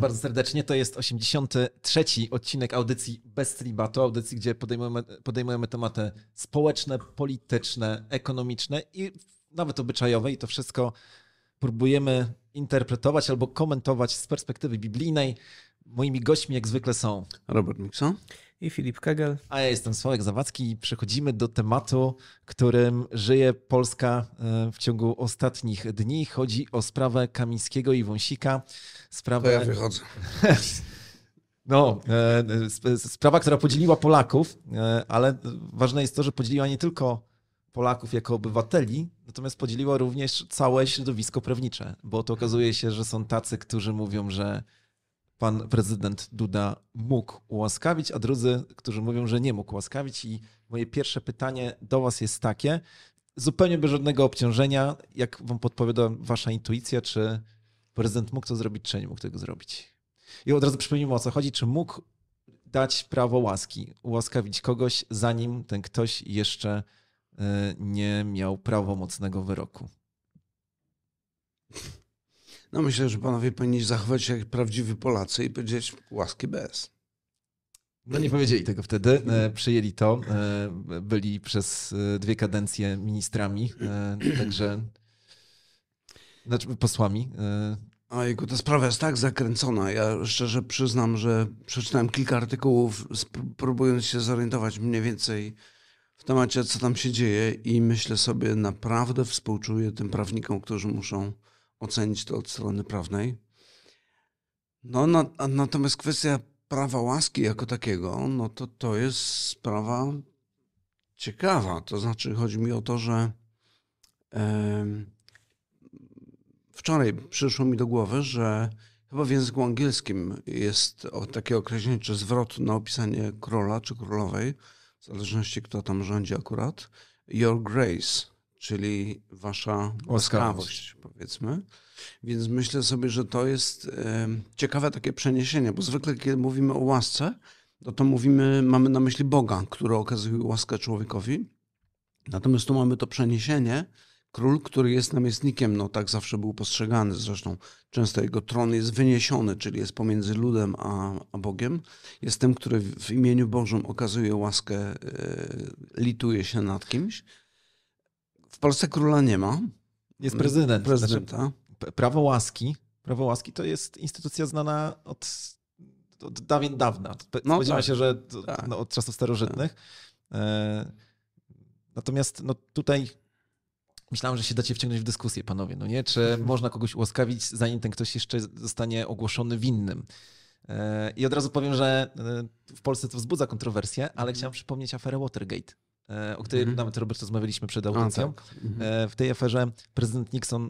bardzo serdecznie. To jest 83. odcinek audycji Bez Celibatu, audycji, gdzie podejmujemy tematy społeczne, polityczne, ekonomiczne i nawet obyczajowe i to wszystko próbujemy interpretować albo komentować z perspektywy biblijnej. Moimi gośćmi jak zwykle są Robert Mikson i Filip Kegel. A ja jestem Sławek Zawadzki i przechodzimy do tematu, którym żyje Polska w ciągu ostatnich dni. Chodzi o sprawę Kamińskiego i Wąsika. To ja wychodzę. No, sprawa, która podzieliła Polaków, ale ważne jest to, że podzieliła nie tylko Polaków jako obywateli, natomiast podzieliła również całe środowisko prawnicze, bo to okazuje się, że są tacy, którzy mówią, że pan prezydent Duda mógł ułaskawić, a drudzy, którzy mówią, że nie mógł ułaskawić. I moje pierwsze pytanie do was jest takie, zupełnie bez żadnego obciążenia, jak wam podpowiada wasza intuicja, czy prezydent mógł to zrobić, czy nie mógł tego zrobić? I od razu przypomnijmy, o co chodzi, czy mógł dać prawo łaski, ułaskawić kogoś, zanim ten ktoś jeszcze nie miał prawomocnego wyroku? No myślę, że panowie powinni zachować się jak prawdziwi Polacy i powiedzieć łaski bez. No nie powiedzieli tego wtedy, przyjęli to, byli przez 2 kadencje ministrami, także znaczy posłami. Ojku, ta sprawa jest tak zakręcona. Ja szczerze przyznam, że przeczytałem kilka artykułów, próbując się zorientować mniej więcej w temacie, co tam się dzieje i myślę sobie, naprawdę współczuję tym prawnikom, którzy muszą ocenić to od strony prawnej. No, natomiast kwestia prawa łaski jako takiego, no to jest sprawa ciekawa. To znaczy chodzi mi o to, że wczoraj przyszło mi do głowy, że chyba w języku angielskim jest takie określenie, czy zwrot na opisanie króla czy królowej, w zależności kto tam rządzi akurat, your grace, czyli wasza łaskawość, powiedzmy. Więc myślę sobie, że to jest ciekawe takie przeniesienie, bo zwykle kiedy mówimy o łasce, to mamy na myśli Boga, który okazuje łaskę człowiekowi. Natomiast tu mamy to przeniesienie. Król, który jest namiestnikiem, no tak zawsze był postrzegany, zresztą często jego tron jest wyniesiony, czyli jest pomiędzy ludem a Bogiem. Jest tym, który w imieniu Bożym okazuje łaskę, lituje się nad kimś. W Polsce króla nie ma. Jest prezydent. Prezydenta. Znaczy, prawo łaski to jest instytucja znana od dawien dawna. Spodziewam tak. się, że Tak. od czasów starożytnych. Tak. Natomiast tutaj myślałem, że się dacie wciągnąć w dyskusję, panowie. No nie? Czy można kogoś ułaskawić, zanim ten ktoś jeszcze zostanie ogłoszony winnym? I od razu powiem, że w Polsce to wzbudza kontrowersje, ale chciałem przypomnieć aferę Watergate, o której nawet, Robert, rozmawialiśmy przed audycją. Tak. W tej aferze prezydent Nixon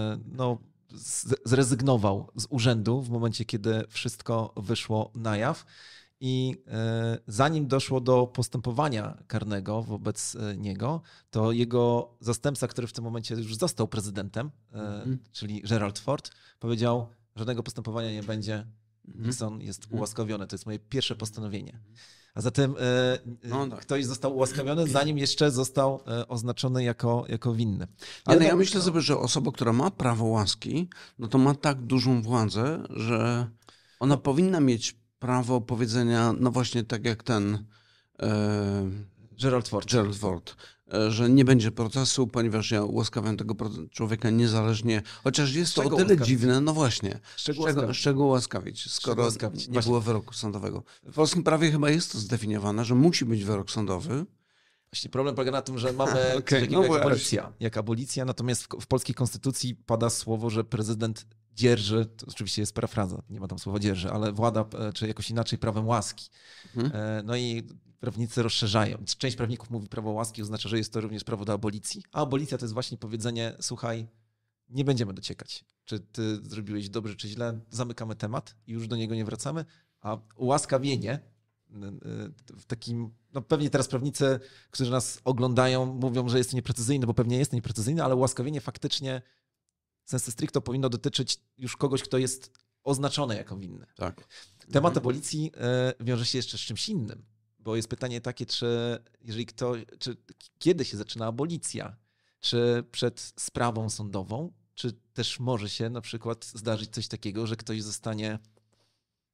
zrezygnował z urzędu w momencie, kiedy wszystko wyszło na jaw. I zanim doszło do postępowania karnego wobec niego, to jego zastępca, który w tym momencie już został prezydentem, czyli Gerald Ford, powiedział, żadnego postępowania nie będzie, Nixon jest ułaskawiony. To jest moje pierwsze postanowienie. A zatem ktoś został ułaskawiony, zanim jeszcze został oznaczony jako winny. Ale ja myślę sobie, że osoba, która ma prawo łaski, no to ma tak dużą władzę, że ona powinna mieć prawo powiedzenia, no właśnie tak jak ten Gerald Ford, że nie będzie procesu, ponieważ ja ułaskawiam tego człowieka niezależnie, chociaż jest to o tyle dziwne, no właśnie, z czego ułaskawić, skoro nie było wyroku sądowego. W polskim prawie chyba jest to zdefiniowane, że musi być wyrok sądowy. Właśnie problem polega na tym, że mamy jak abolicja, natomiast w polskiej konstytucji pada słowo, że prezydent dzierży, to oczywiście jest parafraza, nie ma tam słowa dzierży, ale włada, czy jakoś inaczej, prawem łaski. No i prawnicy rozszerzają. Część prawników mówi prawo łaski, oznacza, że jest to również prawo do abolicji, a abolicja to jest właśnie powiedzenie, słuchaj, nie będziemy dociekać, czy ty zrobiłeś dobrze, czy źle, zamykamy temat i już do niego nie wracamy, a ułaskawienie w takim, no pewnie teraz prawnicy, którzy nas oglądają, mówią, że jest to nieprecyzyjne, bo pewnie jest nieprecyzyjne, ale ułaskawienie faktycznie sensu stricto powinno dotyczyć już kogoś, kto jest oznaczony jako winny. Tak. Temat abolicji wiąże się jeszcze z czymś innym, bo jest pytanie takie, czy kiedy się zaczyna abolicja? Czy przed sprawą sądową, czy też może się na przykład zdarzyć coś takiego, że ktoś zostanie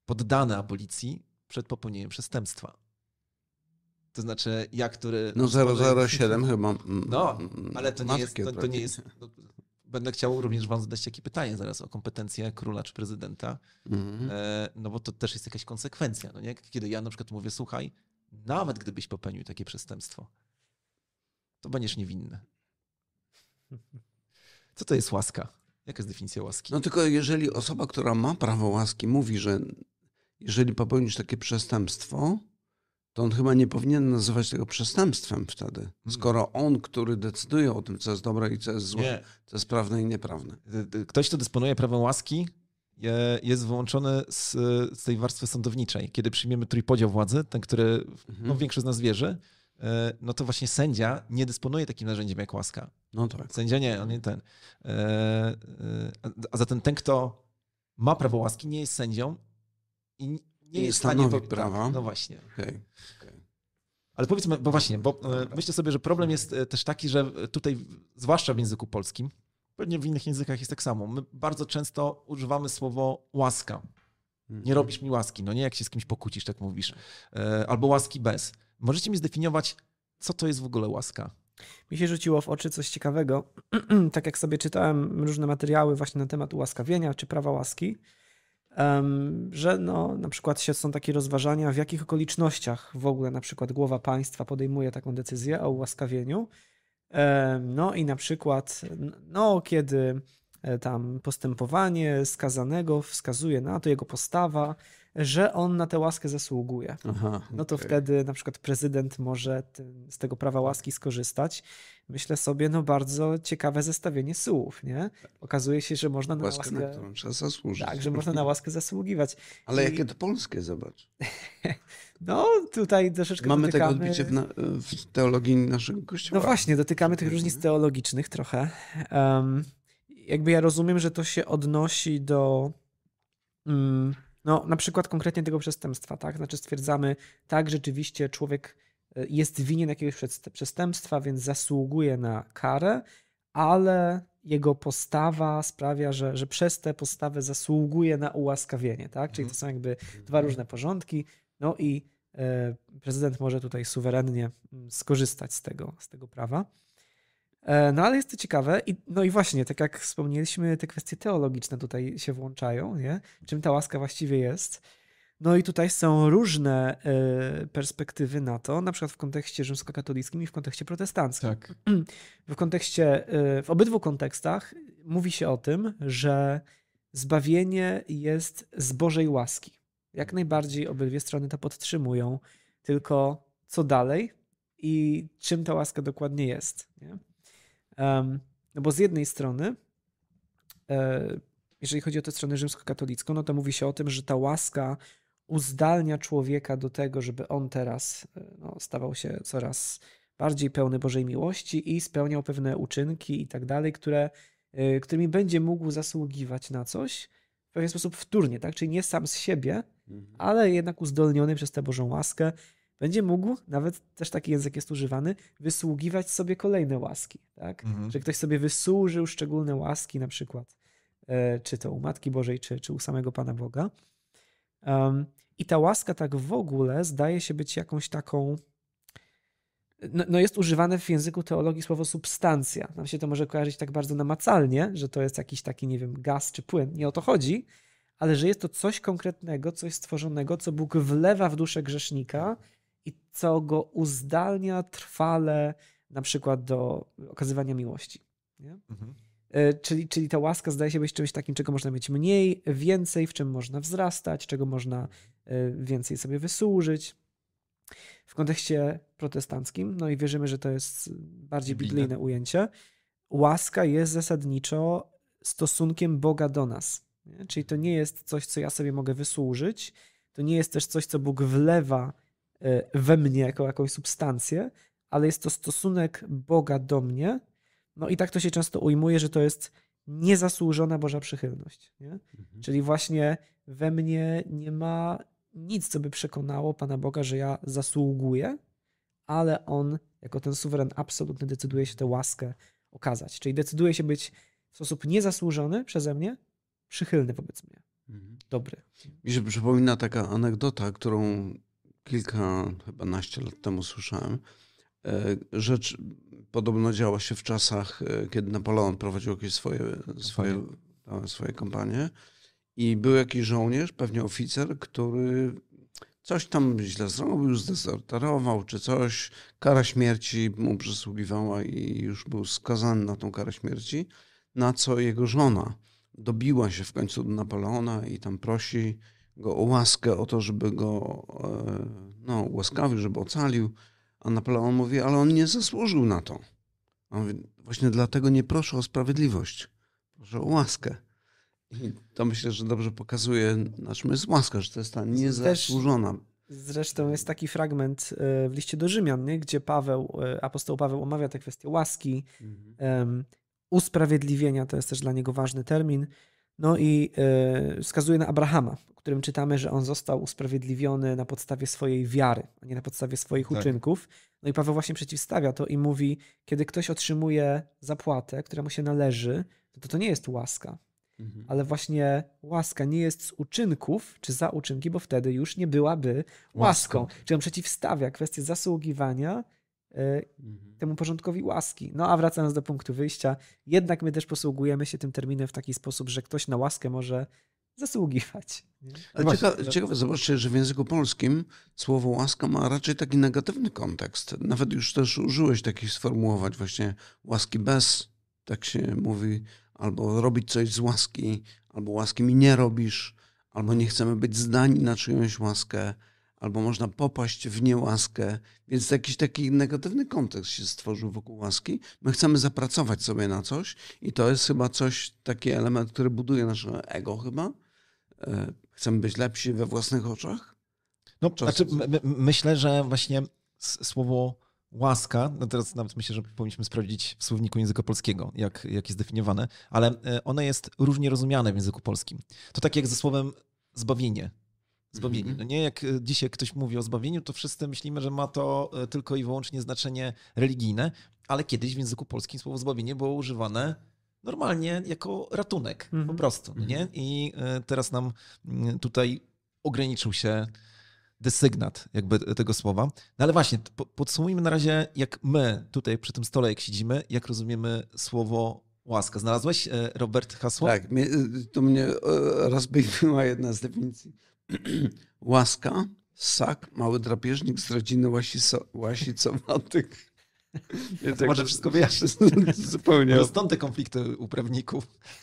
poddany abolicji przed popełnieniem przestępstwa. To znaczy, ja, który... No 007 chyba. No, ale to nie jest... Będę chciał również wam zadać takie pytanie zaraz o kompetencje króla czy prezydenta, no bo to też jest jakaś konsekwencja. No nie? Kiedy ja na przykład mówię, słuchaj, nawet gdybyś popełnił takie przestępstwo, to będziesz niewinny. Co to jest łaska? Jaka jest definicja łaski? No tylko jeżeli osoba, która ma prawo łaski, mówi, że jeżeli popełnisz takie przestępstwo, to on chyba nie powinien nazywać tego przestępstwem wtedy. Skoro on, który decyduje o tym, co jest dobre i co jest złe, co jest prawne i nieprawne. Ktoś, kto dysponuje prawem łaski, jest wyłączony z tej warstwy sądowniczej. Kiedy przyjmiemy trójpodział władzy, ten, który większość z nas wierzy, no to właśnie sędzia nie dysponuje takim narzędziem jak łaska. No tak. Sędzia nie, on nie ten. A zatem ten, kto ma prawo łaski, nie jest sędzią i nie jest w stanie prawa. Tak, no właśnie. Okay. Ale powiedzmy, bo myślę sobie, że problem jest też taki, że tutaj, zwłaszcza w języku polskim, pewnie w innych językach jest tak samo. My bardzo często używamy słowo łaska. Nie robisz mi łaski, no nie, jak się z kimś pokłócisz, tak mówisz. Albo łaski bez. Możecie mi zdefiniować, co to jest w ogóle łaska? Mi się rzuciło w oczy coś ciekawego. Tak jak sobie czytałem różne materiały właśnie na temat ułaskawienia czy prawa łaski, że no, na przykład są takie rozważania, w jakich okolicznościach w ogóle na przykład głowa państwa podejmuje taką decyzję o ułaskawieniu. No i na przykład, no, kiedy tam postępowanie skazanego wskazuje na to, jego postawa, że on na tę łaskę zasługuje. No to wtedy na przykład prezydent może z tego prawa łaski skorzystać. Myślę sobie, no bardzo ciekawe zestawienie słów, nie? Okazuje się, że można na łaskę... na którą trzeba zasłużyć. Tak, że można na łaskę zasługiwać. Ale jakie to polskie, zobacz. No tutaj troszeczkę mamy dotykamy... tego odbicie w teologii naszego Kościoła. No właśnie, dotykamy tych różnic teologicznych trochę. Jakby ja rozumiem, że to się odnosi do no, na przykład konkretnie tego przestępstwa, tak? Znaczy stwierdzamy, tak, rzeczywiście człowiek jest winien jakiegoś przestępstwa, więc zasługuje na karę, ale jego postawa sprawia, że przez tę postawę zasługuje na ułaskawienie, tak? Czyli to są jakby dwa różne porządki, no i prezydent może tutaj suwerennie skorzystać z tego prawa. No ale jest to ciekawe no i właśnie, tak jak wspomnieliśmy, te kwestie teologiczne tutaj się włączają, nie? Czym ta łaska właściwie jest. No i tutaj są różne perspektywy na to, na przykład w kontekście rzymskokatolickim i w kontekście protestanckim. Tak. W obydwu kontekstach mówi się o tym, że zbawienie jest z Bożej łaski. Jak najbardziej obydwie strony to podtrzymują, tylko co dalej i czym ta łaska dokładnie jest, nie? No bo z jednej strony, jeżeli chodzi o tę stronę rzymskokatolicką, no to mówi się o tym, że ta łaska uzdalnia człowieka do tego, żeby on teraz stawał się coraz bardziej pełny Bożej miłości i spełniał pewne uczynki i tak dalej, którymi będzie mógł zasługiwać na coś w pewien sposób wtórnie, tak? Czyli nie sam z siebie, ale jednak uzdolniony przez tę Bożą łaskę będzie mógł, nawet też taki język jest używany, wysługiwać sobie kolejne łaski. Tak? Że ktoś sobie wysłużył szczególne łaski, na przykład czy to u Matki Bożej, czy u samego Pana Boga. I ta łaska tak w ogóle zdaje się być jakąś taką... No jest używane w języku teologii słowo substancja. Nam się to może kojarzyć tak bardzo namacalnie, że to jest jakiś taki, nie wiem, gaz czy płyn. Nie o to chodzi, ale że jest to coś konkretnego, coś stworzonego, co Bóg wlewa w duszę grzesznika i co go uzdalnia trwale na przykład do okazywania miłości. Nie? Czyli ta łaska zdaje się być czymś takim, czego można mieć mniej, więcej, w czym można wzrastać, czego można więcej sobie wysłużyć. W kontekście protestanckim, no i wierzymy, że to jest bardziej biblijne ujęcie, łaska jest zasadniczo stosunkiem Boga do nas. Nie? Czyli to nie jest coś, co ja sobie mogę wysłużyć, to nie jest też coś, co Bóg wlewa we mnie jako jakąś substancję, ale jest to stosunek Boga do mnie. No i tak to się często ujmuje, że to jest niezasłużona Boża przychylność. Nie? Czyli właśnie we mnie nie ma nic, co by przekonało Pana Boga, że ja zasługuję, ale On jako ten suweren absolutny decyduje się tę łaskę okazać. Czyli decyduje się być w sposób niezasłużony przeze mnie, przychylny wobec mnie. dobry. Mi się przypomina taka anegdota, którą chyba naście lat temu słyszałem. Rzecz podobno działa się w czasach, kiedy Napoleon prowadził jakieś swoje kampanie i był jakiś żołnierz, pewnie oficer, który coś tam źle zrobił, zdezerterował czy coś. Kara śmierci mu przysługiwała i już był skazany na tą karę śmierci, na co jego żona dobiła się w końcu do Napoleona i tam prosi go o łaskę, o to, żeby go łaskawił, żeby ocalił. A Napoleon mówi, ale on nie zasłużył na to. A on mówi, właśnie dlatego nie proszę o sprawiedliwość, proszę o łaskę. I to myślę, że dobrze pokazuje, na czym jest łaska, że to jest ta niezasłużona. Zresztą jest taki fragment w liście do Rzymian, nie? Gdzie apostoł Paweł omawia tę kwestię łaski, usprawiedliwienia, to jest też dla niego ważny termin. No i wskazuje na Abrahama, w którym czytamy, że on został usprawiedliwiony na podstawie swojej wiary, a nie na podstawie swoich uczynków. No i Paweł właśnie przeciwstawia to i mówi, kiedy ktoś otrzymuje zapłatę, która mu się należy, to nie jest łaska. Ale właśnie łaska nie jest z uczynków czy za uczynki, bo wtedy już nie byłaby łaską. Czyli on przeciwstawia kwestię zasługiwania temu porządkowi łaski. No a wracając do punktu wyjścia, jednak my też posługujemy się tym terminem w taki sposób, że ktoś na łaskę może zasługiwać. Ale ciekawe, zobaczcie, że w języku polskim słowo łaska ma raczej taki negatywny kontekst. Nawet już też użyłeś takich sformułowań właśnie łaski bez, tak się mówi, albo robić coś z łaski, albo łaski mi nie robisz, albo nie chcemy być zdani na czyjąś łaskę, albo można popaść w niełaskę. Więc jakiś taki negatywny kontekst się stworzył wokół łaski. My chcemy zapracować sobie na coś i to jest chyba taki element, który buduje nasze ego chyba. Chcemy być lepsi we własnych oczach. No, znaczy, myślę, że właśnie słowo łaska, no teraz nawet myślę, że powinniśmy sprawdzić w słowniku języka polskiego, jak jest definiowane, ale ono jest różnie rozumiane w języku polskim. To tak jak ze słowem zbawienie. Zbawienie. No nie, jak dzisiaj ktoś mówi o zbawieniu, to wszyscy myślimy, że ma to tylko i wyłącznie znaczenie religijne, ale kiedyś w języku polskim słowo zbawienie było używane normalnie jako ratunek, po prostu. No nie? I teraz nam tutaj ograniczył się desygnat jakby tego słowa. No ale właśnie, podsumujmy na razie, jak my tutaj przy tym stole, jak siedzimy, jak rozumiemy słowo łaska. Znalazłeś, Robert, hasło? Tak, to mnie rozbawiła jedna z definicji. Łaska, ssak, mały drapieżnik z rodziny łasicowatych. To może wszystko wyjaśnić. Zupełnie. Może stąd te konflikty u prawników.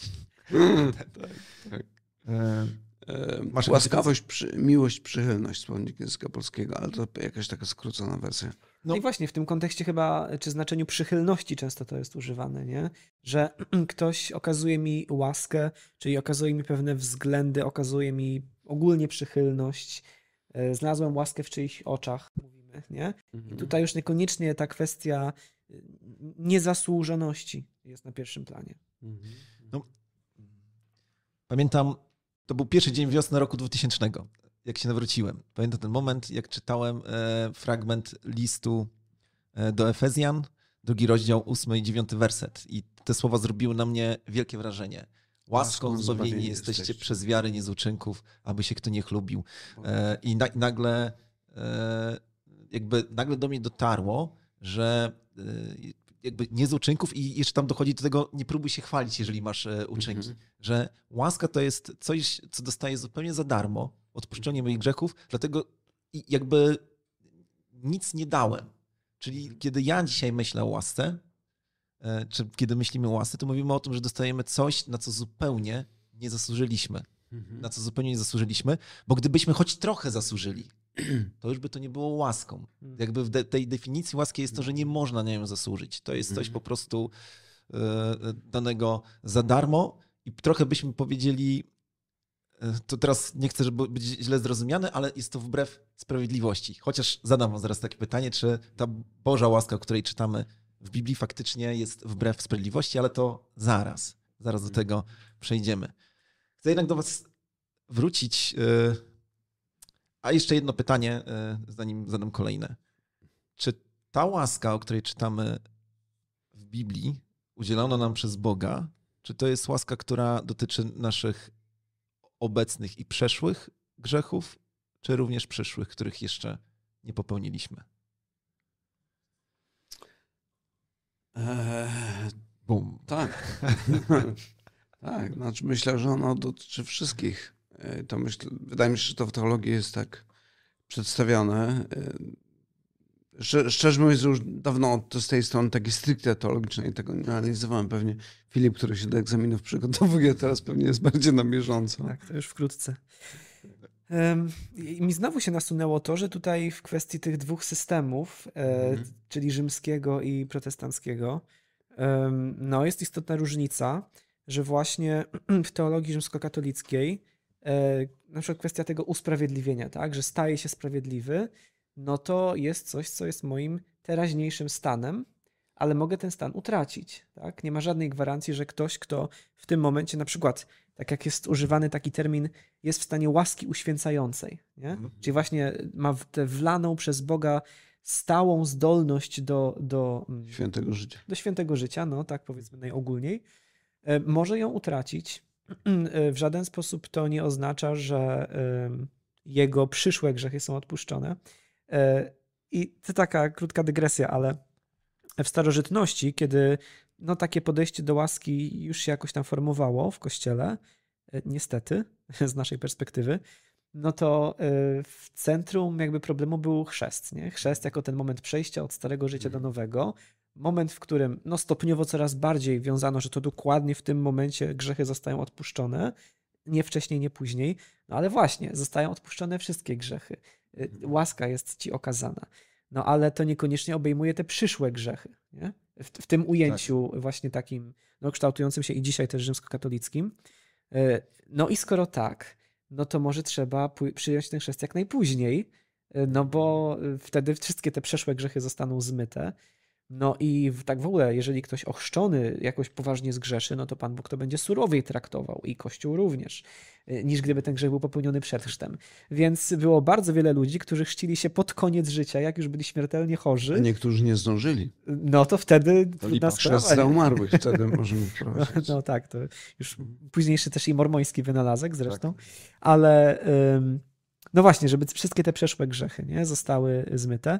Tak. Łaskawość, miłość, przychylność, słownik języka polskiego, ale to jakaś taka skrócona wersja. No i właśnie w tym kontekście chyba, czy znaczeniu przychylności często to jest używane, nie? Że ktoś okazuje mi łaskę, czyli okazuje mi pewne względy, okazuje mi ogólnie przychylność. Znalazłem łaskę w czyichś oczach, mówimy, nie? I tutaj już niekoniecznie ta kwestia niezasłużoności jest na pierwszym planie. No, pamiętam, to był pierwszy dzień wiosny roku 2000, jak się nawróciłem. Pamiętam ten moment, jak czytałem fragment listu do Efezjan, 2 rozdział, 8 i 9 werset. I te słowa zrobiły na mnie wielkie wrażenie. Łaską zbawieni jesteście przez wiarę, nie z uczynków, aby się kto nie chlubił. I nagle do mnie dotarło, że jakby nie z uczynków i jeszcze tam dochodzi do tego, nie próbuj się chwalić, jeżeli masz uczynki. Że łaska to jest coś, co dostaję zupełnie za darmo, odpuszczenie moich grzechów, dlatego jakby nic nie dałem. Czyli kiedy ja dzisiaj myślę o łasce, czy kiedy myślimy o łasce, to mówimy o tym, że dostajemy coś, na co zupełnie nie zasłużyliśmy. Na co zupełnie nie zasłużyliśmy, bo gdybyśmy choć trochę zasłużyli, to już by to nie było łaską. Jakby w tej definicji łaski jest to, że nie można na nią zasłużyć. To jest coś po prostu danego za darmo i trochę byśmy powiedzieli, to teraz nie chcę, żeby być źle zrozumiane, ale jest to wbrew sprawiedliwości. Chociaż zadam wam zaraz takie pytanie, czy ta Boża łaska, o której czytamy w Biblii, faktycznie jest wbrew sprawiedliwości, ale to zaraz do tego przejdziemy. Chcę jednak do was wrócić. A jeszcze jedno pytanie, zanim zadam kolejne. Czy ta łaska, o której czytamy w Biblii, udzielona nam przez Boga, czy to jest łaska, która dotyczy naszych obecnych i przeszłych grzechów, czy również przyszłych, których jeszcze nie popełniliśmy? Bum. Tak. Tak, znaczy myślę, że ono dotyczy wszystkich. Wydaje mi się, że to w teologii jest tak przedstawione. Szczerze mówiąc, już dawno z tej strony takiej stricte teologicznej tego nie analizowałem. Pewnie Filip, który się do egzaminów przygotowuje, teraz pewnie jest bardziej na bieżąco. Tak, to już wkrótce. Mi znowu się nasunęło to, że tutaj w kwestii tych dwóch systemów, czyli rzymskiego i protestanckiego, no jest istotna różnica, że właśnie w teologii rzymskokatolickiej na przykład kwestia tego usprawiedliwienia, tak, że staje się sprawiedliwy, no to jest coś, co jest moim teraźniejszym stanem, ale mogę ten stan utracić. Tak? Nie ma żadnej gwarancji, że ktoś, kto w tym momencie na przykład, tak jak jest używany taki termin, jest w stanie łaski uświęcającej. Nie? Czyli właśnie ma tę wlaną przez Boga stałą zdolność do świętego życia. Do świętego życia, no tak powiedzmy najogólniej. Może ją utracić. W żaden sposób to nie oznacza, że jego przyszłe grzechy są odpuszczone. I to taka krótka dygresja, ale w starożytności, kiedy no, takie podejście do łaski już się jakoś tam formowało w Kościele, niestety, z naszej perspektywy, no to w centrum jakby problemu był chrzest. Nie? Chrzest jako ten moment przejścia od starego życia do nowego. Moment, w którym no, stopniowo coraz bardziej wiązano, że to dokładnie w tym momencie grzechy zostają odpuszczone. Nie wcześniej, nie później. No ale właśnie, zostają odpuszczone wszystkie grzechy. Łaska jest ci okazana. No ale to niekoniecznie obejmuje te przyszłe grzechy. Nie? W tym ujęciu właśnie takim no, kształtującym się i dzisiaj też rzymskokatolickim. No i skoro tak, no to może trzeba przyjąć ten chrzest jak najpóźniej, no bo wtedy wszystkie te przeszłe grzechy zostaną zmyte. No i tak w ogóle, jeżeli ktoś ochrzczony jakoś poważnie zgrzeszy, no to Pan Bóg to będzie surowiej traktował i Kościół również, niż gdyby ten grzech był popełniony przed chrztem. Więc było bardzo wiele ludzi, którzy chrzcili się pod koniec życia, jak już byli śmiertelnie chorzy. A niektórzy nie zdążyli. No to wtedy trudna sprawa. Chrzest za umarłych wtedy możemy wprowadzić. No tak, to już późniejszy też i mormoński wynalazek zresztą. Tak. Ale no właśnie, żeby wszystkie te przeszłe grzechy nie, zostały zmyte.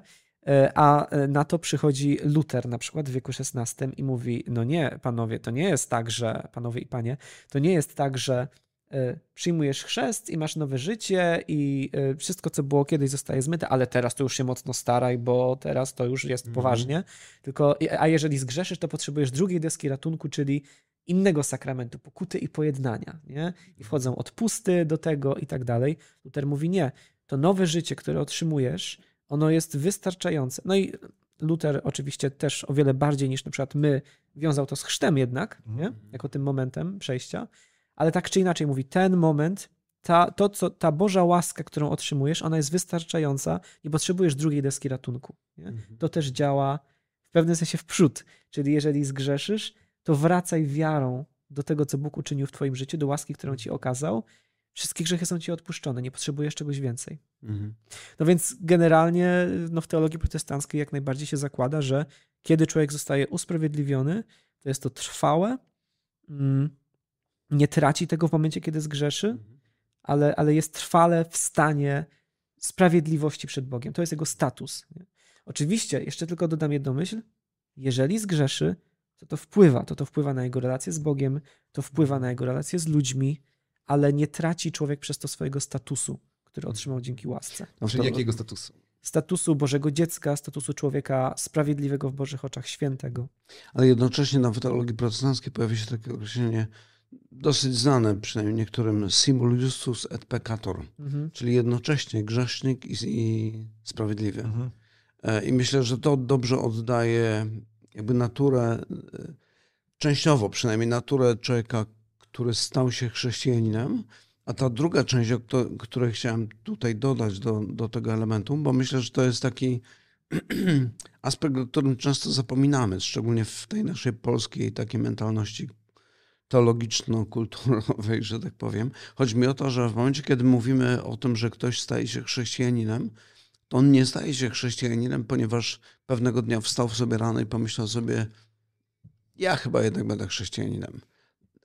A na to przychodzi Luter na przykład w wieku XVI i mówi, no nie, panowie, to nie jest tak, że, panowie i panie, to nie jest tak, że przyjmujesz chrzest i masz nowe życie i wszystko, co było kiedyś, zostaje zmyte, ale teraz to już się mocno staraj, bo teraz to już jest poważnie. Tylko, a jeżeli zgrzeszysz, to potrzebujesz drugiej deski ratunku, czyli innego sakramentu, pokuty i pojednania. Nie? I wchodzą odpusty do tego i tak dalej. Luter mówi, nie, to nowe życie, które otrzymujesz, ono jest wystarczające. No i Luter oczywiście też o wiele bardziej niż na przykład my wiązał to z chrztem jednak, nie? Jako tym momentem przejścia, ale tak czy inaczej mówi, ten moment, ta Boża łaska, którą otrzymujesz, ona jest wystarczająca, nie potrzebujesz drugiej deski ratunku. Nie? To też działa w pewnym sensie w przód, czyli jeżeli zgrzeszysz, to wracaj wiarą do tego, co Bóg uczynił w twoim życiu, do łaski, którą ci okazał. Wszystkie grzechy są ci odpuszczone, nie potrzebujesz czegoś więcej. No więc generalnie no w teologii protestanckiej jak najbardziej się zakłada, że kiedy człowiek zostaje usprawiedliwiony, to jest to trwałe, nie traci tego w momencie, kiedy zgrzeszy, ale jest trwale w stanie sprawiedliwości przed Bogiem. To jest jego status. Nie? Oczywiście, jeszcze tylko dodam jedną myśl, jeżeli zgrzeszy, to wpływa na jego relacje z Bogiem, to wpływa na jego relacje z ludźmi, ale nie traci człowiek przez to swojego statusu, który otrzymał dzięki łasce. Czyli jakiego statusu? Statusu Bożego dziecka, statusu człowieka sprawiedliwego w Bożych oczach, świętego. Ale jednocześnie w teologii protestanckiej pojawi się takie określenie dosyć znane, przynajmniej niektórym, simul justus et peccator, czyli jednocześnie grzesznik i sprawiedliwy. I myślę, że to dobrze oddaje jakby naturę, częściowo przynajmniej naturę człowieka, który stał się chrześcijaninem, a ta druga część, o której chciałem tutaj dodać do tego elementu, bo myślę, że to jest taki aspekt, o którym często zapominamy, szczególnie w tej naszej polskiej takiej mentalności teologiczno-kulturowej, że tak powiem. Chodzi mi o to, że w momencie, kiedy mówimy o tym, że ktoś staje się chrześcijaninem, to on nie staje się chrześcijaninem, ponieważ pewnego dnia wstał sobie rano i pomyślał sobie, ja chyba jednak będę chrześcijaninem.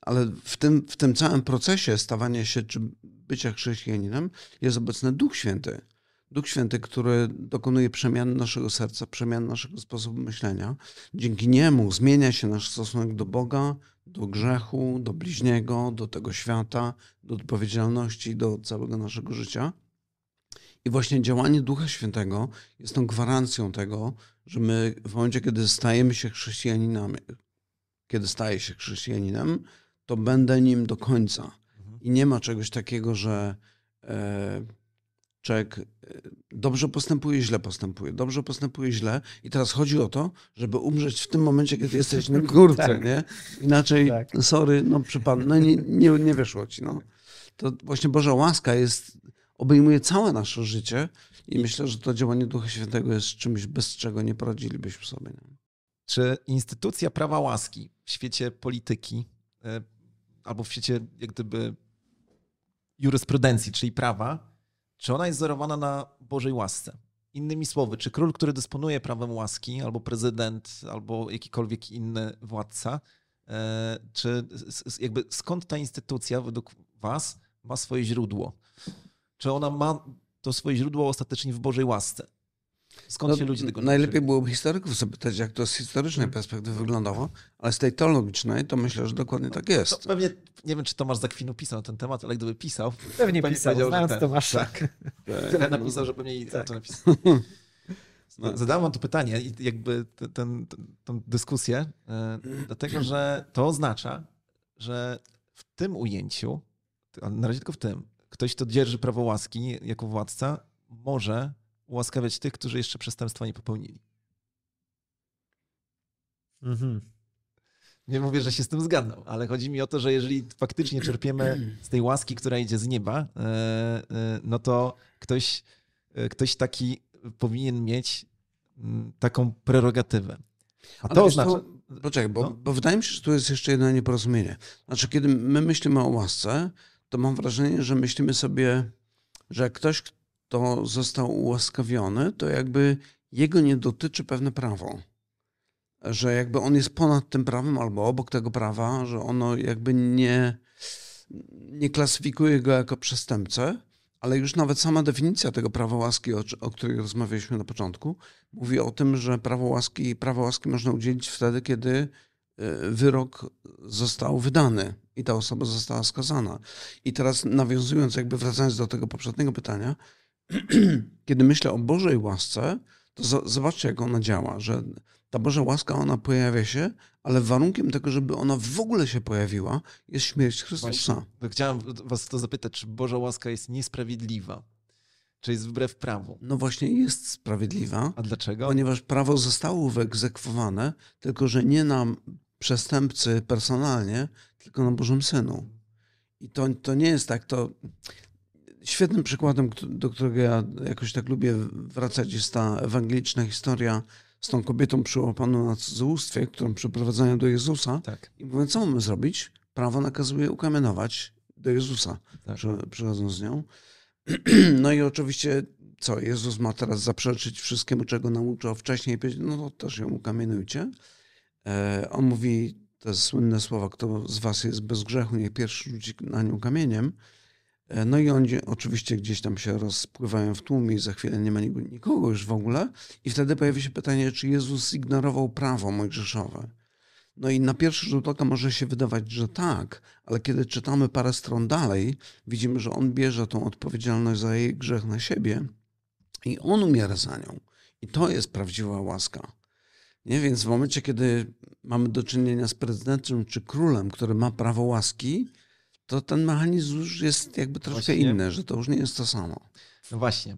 Ale w tym całym procesie stawania się czy bycia chrześcijaninem jest obecny Duch Święty. Duch Święty, który dokonuje przemiany naszego serca, przemiany naszego sposobu myślenia. Dzięki niemu zmienia się nasz stosunek do Boga, do grzechu, do bliźniego, do tego świata, do odpowiedzialności, do całego naszego życia. I właśnie działanie Ducha Świętego jest tą gwarancją tego, że my w momencie, kiedy stajemy się chrześcijaninami, kiedy staję się chrześcijaninem, to będę nim do końca. I nie ma czegoś takiego, że człowiek dobrze postępuje, źle i teraz chodzi o to, żeby umrzeć w tym momencie, kiedy jesteś na górce, Tak. nie? Inaczej, Tak. sorry, przypadł, nie wyszło ci, To właśnie Boża łaska obejmuje całe nasze życie i myślę, że to działanie Ducha Świętego jest czymś, bez czego nie poradzilibyśmy sobie. Nie? Czy instytucja prawa łaski w świecie polityki albo w świecie jak gdyby jurysprudencji, czyli prawa, czy ona jest wzorowana na Bożej łasce? Innymi słowy, czy król, który dysponuje prawem łaski, albo prezydent, albo jakikolwiek inny władca, czy jakby skąd ta instytucja według was ma swoje źródło? Czy ona ma to swoje źródło ostatecznie w Bożej łasce? Skąd się ludzie tego najlepiej byłoby historyków zapytać, jak to z historycznej perspektywy wyglądało, ale z tej teologicznej to myślę, że dokładnie tak jest. To pewnie, nie wiem, czy Tomasz Zakwinu pisał na ten temat, ale gdyby pisał, Pewnie pisał, znając Tomasza. Tak. Tyle napisał, żeby mniej to napisał. Zadałem wam to pytanie i jakby tę dyskusję, dlatego że to oznacza, że w tym ujęciu, ale na razie tylko w tym, ktoś, kto dzierży prawo łaski jako władca, może ułaskawiać tych, którzy jeszcze przestępstwa nie popełnili. Nie mówię, że się z tym zgadzam, ale chodzi mi o to, że jeżeli faktycznie czerpiemy z tej łaski, która idzie z nieba, no to ktoś taki powinien mieć taką prerogatywę. A to oznacza... Poczekaj, bo wydaje mi się, że tu jest jeszcze jedno nieporozumienie. Znaczy, kiedy my myślimy o łasce, to mam wrażenie, że myślimy sobie, że jak ktoś, kto został ułaskawiony, to jakby jego nie dotyczy pewne prawo. Że jakby on jest ponad tym prawem albo obok tego prawa, że ono jakby nie klasyfikuje go jako przestępcę, ale już nawet sama definicja tego prawa łaski, o której rozmawialiśmy na początku, mówi o tym, że prawo łaski można udzielić wtedy, kiedy wyrok został wydany i ta osoba została skazana. I teraz nawiązując, jakby wracając do tego poprzedniego pytania, kiedy myślę o Bożej łasce, to zobaczcie, jak ona działa, że ta Boża łaska, ona pojawia się, ale warunkiem tego, żeby ona w ogóle się pojawiła, jest śmierć Chrystusa. Właśnie, chciałem was to zapytać, czy Boża łaska jest niesprawiedliwa? Czy jest wbrew prawu? No właśnie jest sprawiedliwa. A dlaczego? Ponieważ prawo zostało wyegzekwowane, tylko że nie na przestępcy personalnie, tylko na Bożym Synu. I to nie jest tak, Świetnym przykładem, do którego ja jakoś tak lubię wracać, jest ta ewangeliczna historia z tą kobietą przyłapaną na cudzołóstwie, którą przyprowadzają do Jezusa. Tak. I mówią, co mamy zrobić? Prawo nakazuje ukamienować do Jezusa, Tak. przychodząc z nią. No i oczywiście, co? Jezus ma teraz zaprzeczyć wszystkiemu, czego nauczał wcześniej i powiedzieć, no to też ją ukamienujcie. On mówi te słynne słowa, kto z was jest bez grzechu, niech pierwszy rzuci na nią kamieniem. No i oni oczywiście gdzieś tam się rozpływają w tłumie i za chwilę nie ma nikogo już w ogóle. I wtedy pojawia się pytanie, czy Jezus zignorował prawo mojżeszowe. No i na pierwszy rzut oka może się wydawać, że tak, ale kiedy czytamy parę stron dalej, widzimy, że on bierze tą odpowiedzialność za jej grzech na siebie i on umiera za nią. I to jest prawdziwa łaska. Nie? Więc w momencie, kiedy mamy do czynienia z prezydentem czy królem, który ma prawo łaski, to ten mechanizm już jest jakby troszkę inny, że to już nie jest to samo. No właśnie.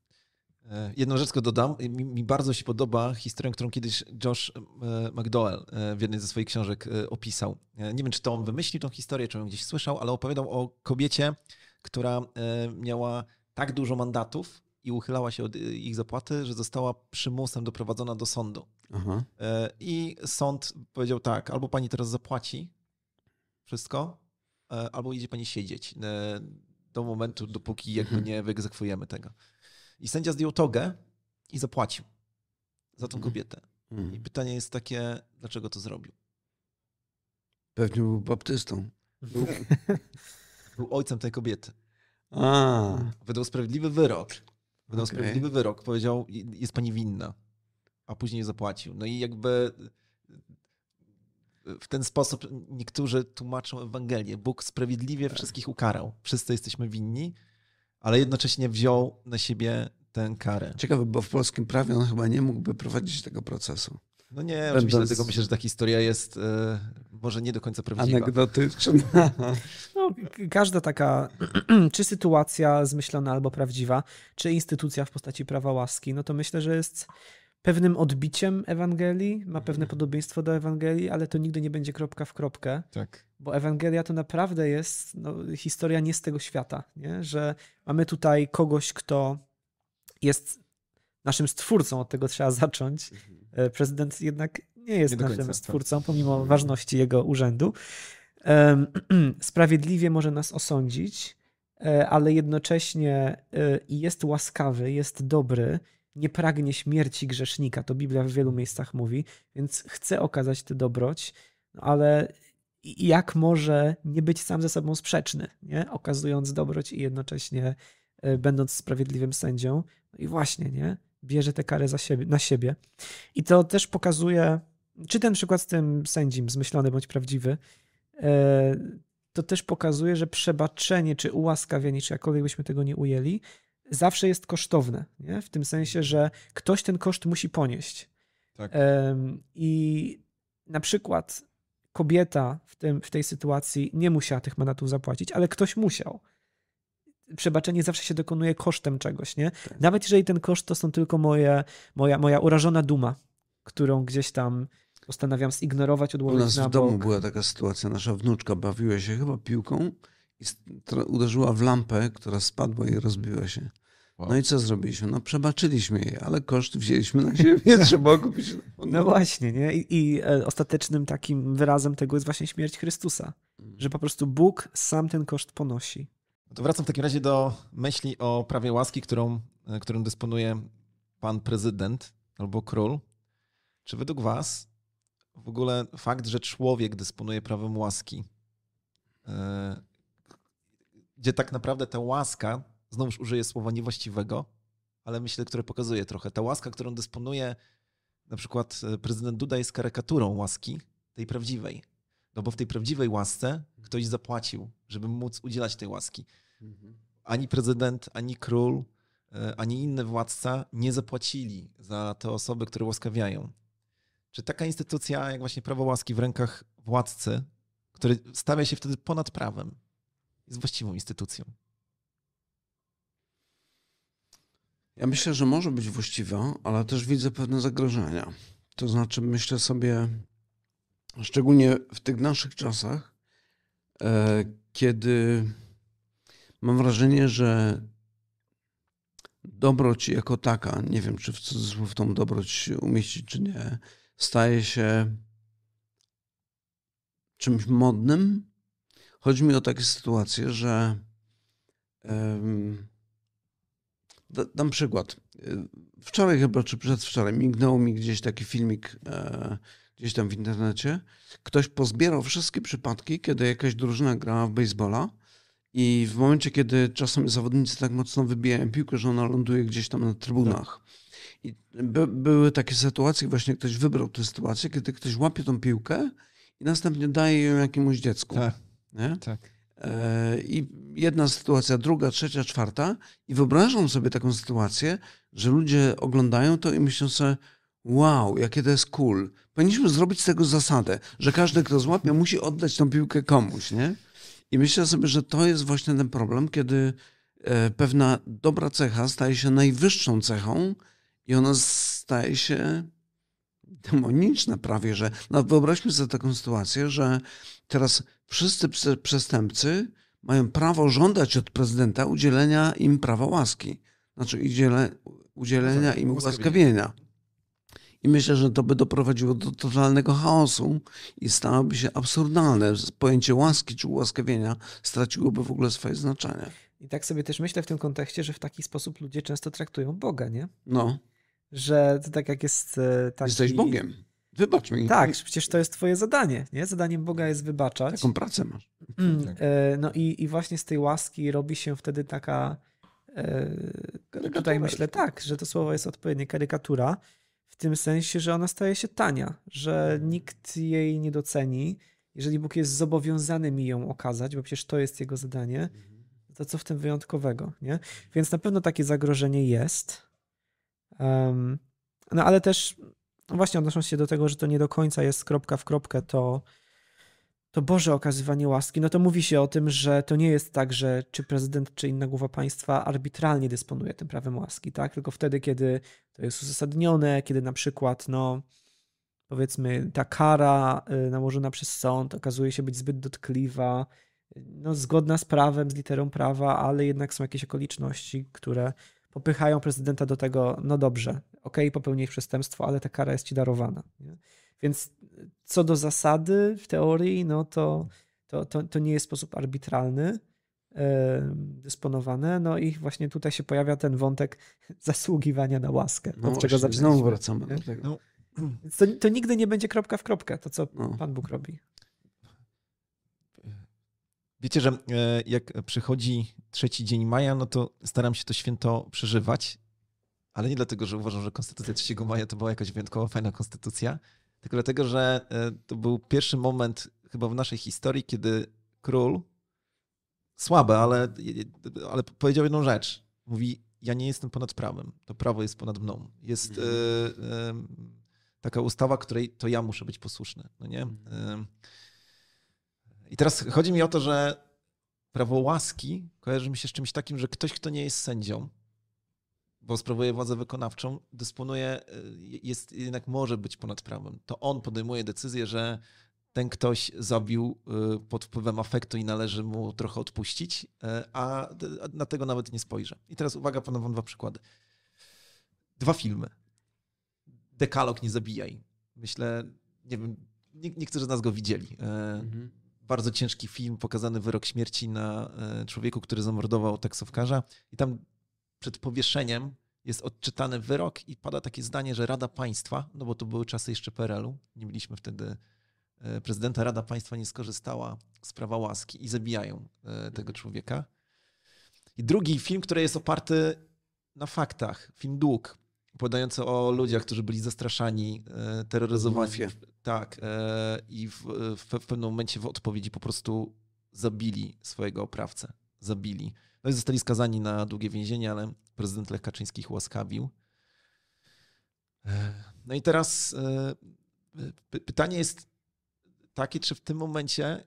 Jedną rzecz tylko dodam. Mi bardzo się podoba historia, którą kiedyś Josh McDowell w jednej ze swoich książek opisał. Nie wiem, czy to on wymyślił tą historię, czy on gdzieś słyszał, ale opowiadał o kobiecie, która miała tak dużo mandatów i uchylała się od ich zapłaty, że została przymusem doprowadzona do sądu. Aha. I sąd powiedział tak, albo pani teraz zapłaci wszystko, albo idzie pani siedzieć do momentu, dopóki jakby nie wyegzekwujemy tego. I sędzia zdjął togę i zapłacił za tą kobietę. I pytanie jest takie, dlaczego to zrobił? Pewnie był baptystą. Był ojcem tej kobiety. A, Wydał sprawiedliwy wyrok. Okej. Sprawiedliwy wyrok. Powiedział, jest pani winna. A później zapłacił. No i jakby w ten sposób niektórzy tłumaczą Ewangelię. Bóg sprawiedliwie wszystkich ukarał. Wszyscy jesteśmy winni, ale jednocześnie wziął na siebie tę karę. ciekawe, bo w polskim prawie on chyba nie mógłby prowadzić tego procesu. No nie, oczywiście, dlatego myślę, że ta historia jest może nie do końca prawdziwa. Anegdotyczna. No, każda taka, czy sytuacja zmyślona albo prawdziwa, czy instytucja w postaci prawa łaski, no to myślę, że jest pewnym odbiciem Ewangelii, ma pewne podobieństwo do Ewangelii, ale to nigdy nie będzie kropka w kropkę, Tak. bo Ewangelia to naprawdę jest historia nie z tego świata, nie? Że mamy tutaj kogoś, kto jest naszym stwórcą, od tego trzeba zacząć. Prezydent jednak nie jest Nie do końca, naszym stwórcą, pomimo ważności jego urzędu. Sprawiedliwie może nas osądzić, ale jednocześnie jest łaskawy, jest dobry, nie pragnie śmierci grzesznika, to Biblia w wielu miejscach mówi, więc chce okazać tę dobroć, ale jak może nie być sam ze sobą sprzeczny, nie? Okazując dobroć i jednocześnie będąc sprawiedliwym sędzią. No i właśnie, nie? Bierze tę karę na siebie. I to też pokazuje, czy ten przykład z tym sędzim, zmyślony bądź prawdziwy, to też pokazuje, że przebaczenie, czy ułaskawienie, czy jakkolwiek byśmy tego nie ujęli, zawsze jest kosztowne. Nie? W tym sensie, że ktoś ten koszt musi ponieść. Tak. I na przykład kobieta w tej sytuacji nie musiała tych mandatów zapłacić, ale ktoś musiał. Przebaczenie zawsze się dokonuje kosztem czegoś, nie? Tak. Nawet jeżeli ten koszt to są tylko moja urażona duma, którą gdzieś tam postanawiam zignorować, U odłożyć nas na w domu bok. była taka sytuacja. Nasza wnuczka bawiła się chyba piłką i uderzyła w lampę, która spadła i rozbiła się. Wow. No i co zrobiliśmy? No przebaczyliśmy jej, ale koszt wzięliśmy na siebie. Trzeba kupić. No właśnie, nie? I ostatecznym takim wyrazem tego jest właśnie śmierć Chrystusa. Że po prostu Bóg sam ten koszt ponosi. No to wracam w takim razie do myśli o prawie łaski, którą dysponuje pan prezydent albo król. Czy według was w ogóle fakt, że człowiek dysponuje prawem łaski, gdzie tak naprawdę ta łaska, znowuż użyję słowa niewłaściwego, ale myślę, które pokazuje trochę, ta łaska, którą dysponuje na przykład prezydent Duda, jest karykaturą łaski, tej prawdziwej. No bo w tej prawdziwej łasce ktoś zapłacił, żeby móc udzielać tej łaski. Ani prezydent, ani król, ani inny władca nie zapłacili za te osoby, które łaskawiają. Czy taka instytucja jak właśnie prawo łaski w rękach władcy, który stawia się wtedy ponad prawem, jest właściwą instytucją? Ja myślę, że może być właściwa, ale też widzę pewne zagrożenia. To znaczy myślę sobie, szczególnie w tych naszych czasach, kiedy mam wrażenie, że dobroć jako taka, nie wiem, czy w cudzysłów tą dobroć umieścić, czy nie, staje się czymś modnym. Chodzi mi o takie sytuacje, że dam przykład. Wczoraj chyba, czy przedwczoraj mignął mi gdzieś taki filmik gdzieś tam w internecie. Ktoś pozbierał wszystkie przypadki, kiedy jakaś drużyna grała w baseballa i w momencie, kiedy czasem zawodnicy tak mocno wybijają piłkę, że ona ląduje gdzieś tam na trybunach. I były takie sytuacje, właśnie ktoś wybrał tę sytuację, kiedy ktoś łapie tą piłkę i następnie daje ją jakiemuś dziecku. Tak. Nie? Tak. I jedna sytuacja, druga, trzecia, czwarta i wyobrażam sobie taką sytuację, że ludzie oglądają to i myślą sobie, wow, jakie to jest cool. Powinniśmy zrobić z tego zasadę, że każdy, kto złapie, musi oddać tą piłkę komuś, nie? I myślę sobie, że to jest właśnie ten problem, kiedy pewna dobra cecha staje się najwyższą cechą i ona staje się demoniczna prawie, że no wyobraźmy sobie taką sytuację, że teraz wszyscy przestępcy mają prawo żądać od prezydenta udzielenia im prawa łaski. Znaczy udzielenia im ułaskawienia. I myślę, że to by doprowadziło do totalnego chaosu i stałoby się absurdalne. Pojęcie łaski czy ułaskawienia straciłoby w ogóle swoje znaczenie. I tak sobie też myślę w tym kontekście, że w taki sposób ludzie często traktują Boga, nie? No. Że to tak jak jest taki... Jesteś Bogiem. Wybacz mi. Tak, przecież to jest twoje zadanie, nie? Zadaniem Boga jest wybaczać. Taką pracę masz. No i właśnie z tej łaski robi się wtedy taka, tutaj myślę tak, że to słowo jest odpowiednie, karykatura, w tym sensie, że ona staje się tania, że nikt jej nie doceni. Jeżeli Bóg jest zobowiązany mi ją okazać, bo przecież to jest jego zadanie, to co w tym wyjątkowego, nie? Więc na pewno takie zagrożenie jest. No ale też właśnie odnosząc się do tego, że to nie do końca jest kropka w kropkę, to Boże okazywanie łaski, no to mówi się o tym, że to nie jest tak, że czy prezydent, czy inna głowa państwa arbitralnie dysponuje tym prawem łaski, tak? Tylko wtedy, kiedy to jest uzasadnione, kiedy na przykład, no powiedzmy, ta kara nałożona przez sąd okazuje się być zbyt dotkliwa, no, zgodna z prawem, z literą prawa, ale jednak są jakieś okoliczności, które popychają prezydenta do tego, no dobrze, okej, popełniłeś przestępstwo, ale ta kara jest ci darowana. Nie? Więc co do zasady, w teorii, no to nie jest w sposób arbitralny dysponowane. No i właśnie tutaj się pojawia ten wątek zasługiwania na łaskę. No od czego znowu wracamy do tego. No. Więc to nigdy nie będzie kropka w kropkę, to co Pan Bóg robi. Wiecie, że jak przychodzi 3 dzień maja, no to staram się to święto przeżywać, ale nie dlatego, że uważam, że konstytucja 3 maja to była jakaś wyjątkowo fajna konstytucja, tylko dlatego, że to był pierwszy moment chyba w naszej historii, kiedy król, słabe, ale powiedział jedną rzecz. Mówi, ja nie jestem ponad prawem, to prawo jest ponad mną. Jest taka ustawa, której to ja muszę być posłuszny. No nie? I teraz chodzi mi o to, że prawo łaski kojarzy mi się z czymś takim, że ktoś, kto nie jest sędzią, bo sprawuje władzę wykonawczą, dysponuje, jednak może być ponad prawem. To on podejmuje decyzję, że ten ktoś zabił pod wpływem afektu i należy mu trochę odpuścić, a na tego nawet nie spojrzę. I teraz uwaga, podam 2 przykłady. 2 filmy. Dekalog, nie zabijaj. Myślę, nie wiem, niektórzy z nas go widzieli. Bardzo ciężki film, pokazany wyrok śmierci na człowieku, który zamordował taksówkarza. I tam przed powieszeniem jest odczytany wyrok i pada takie zdanie, że Rada Państwa, no bo to były czasy jeszcze PRL-u, nie mieliśmy wtedy prezydenta, Rada Państwa nie skorzystała z prawa łaski i zabijają tego człowieka. I drugi film, który jest oparty na faktach, film Dług, opowiadający o ludziach, którzy byli zastraszani, terroryzowani. Tak. I w pewnym momencie w odpowiedzi po prostu zabili swojego oprawcę. Zabili. No i zostali skazani na długie więzienie, ale prezydent Lech Kaczyński ich ułaskawił. No i teraz pytanie jest takie, czy w tym momencie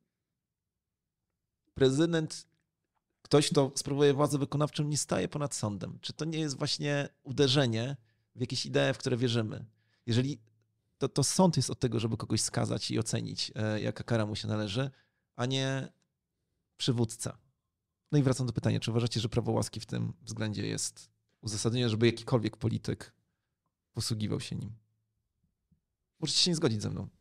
prezydent, ktoś, kto sprawuje władzę wykonawczą, nie staje ponad sądem? Czy to nie jest właśnie uderzenie w jakieś idee, w które wierzymy? Jeżeli to sąd jest od tego, żeby kogoś skazać i ocenić, jaka kara mu się należy, a nie przywódca. No i wracam do pytania, czy uważacie, że prawo łaski w tym względzie jest uzasadnione, żeby jakikolwiek polityk posługiwał się nim? Możecie się nie zgodzić ze mną.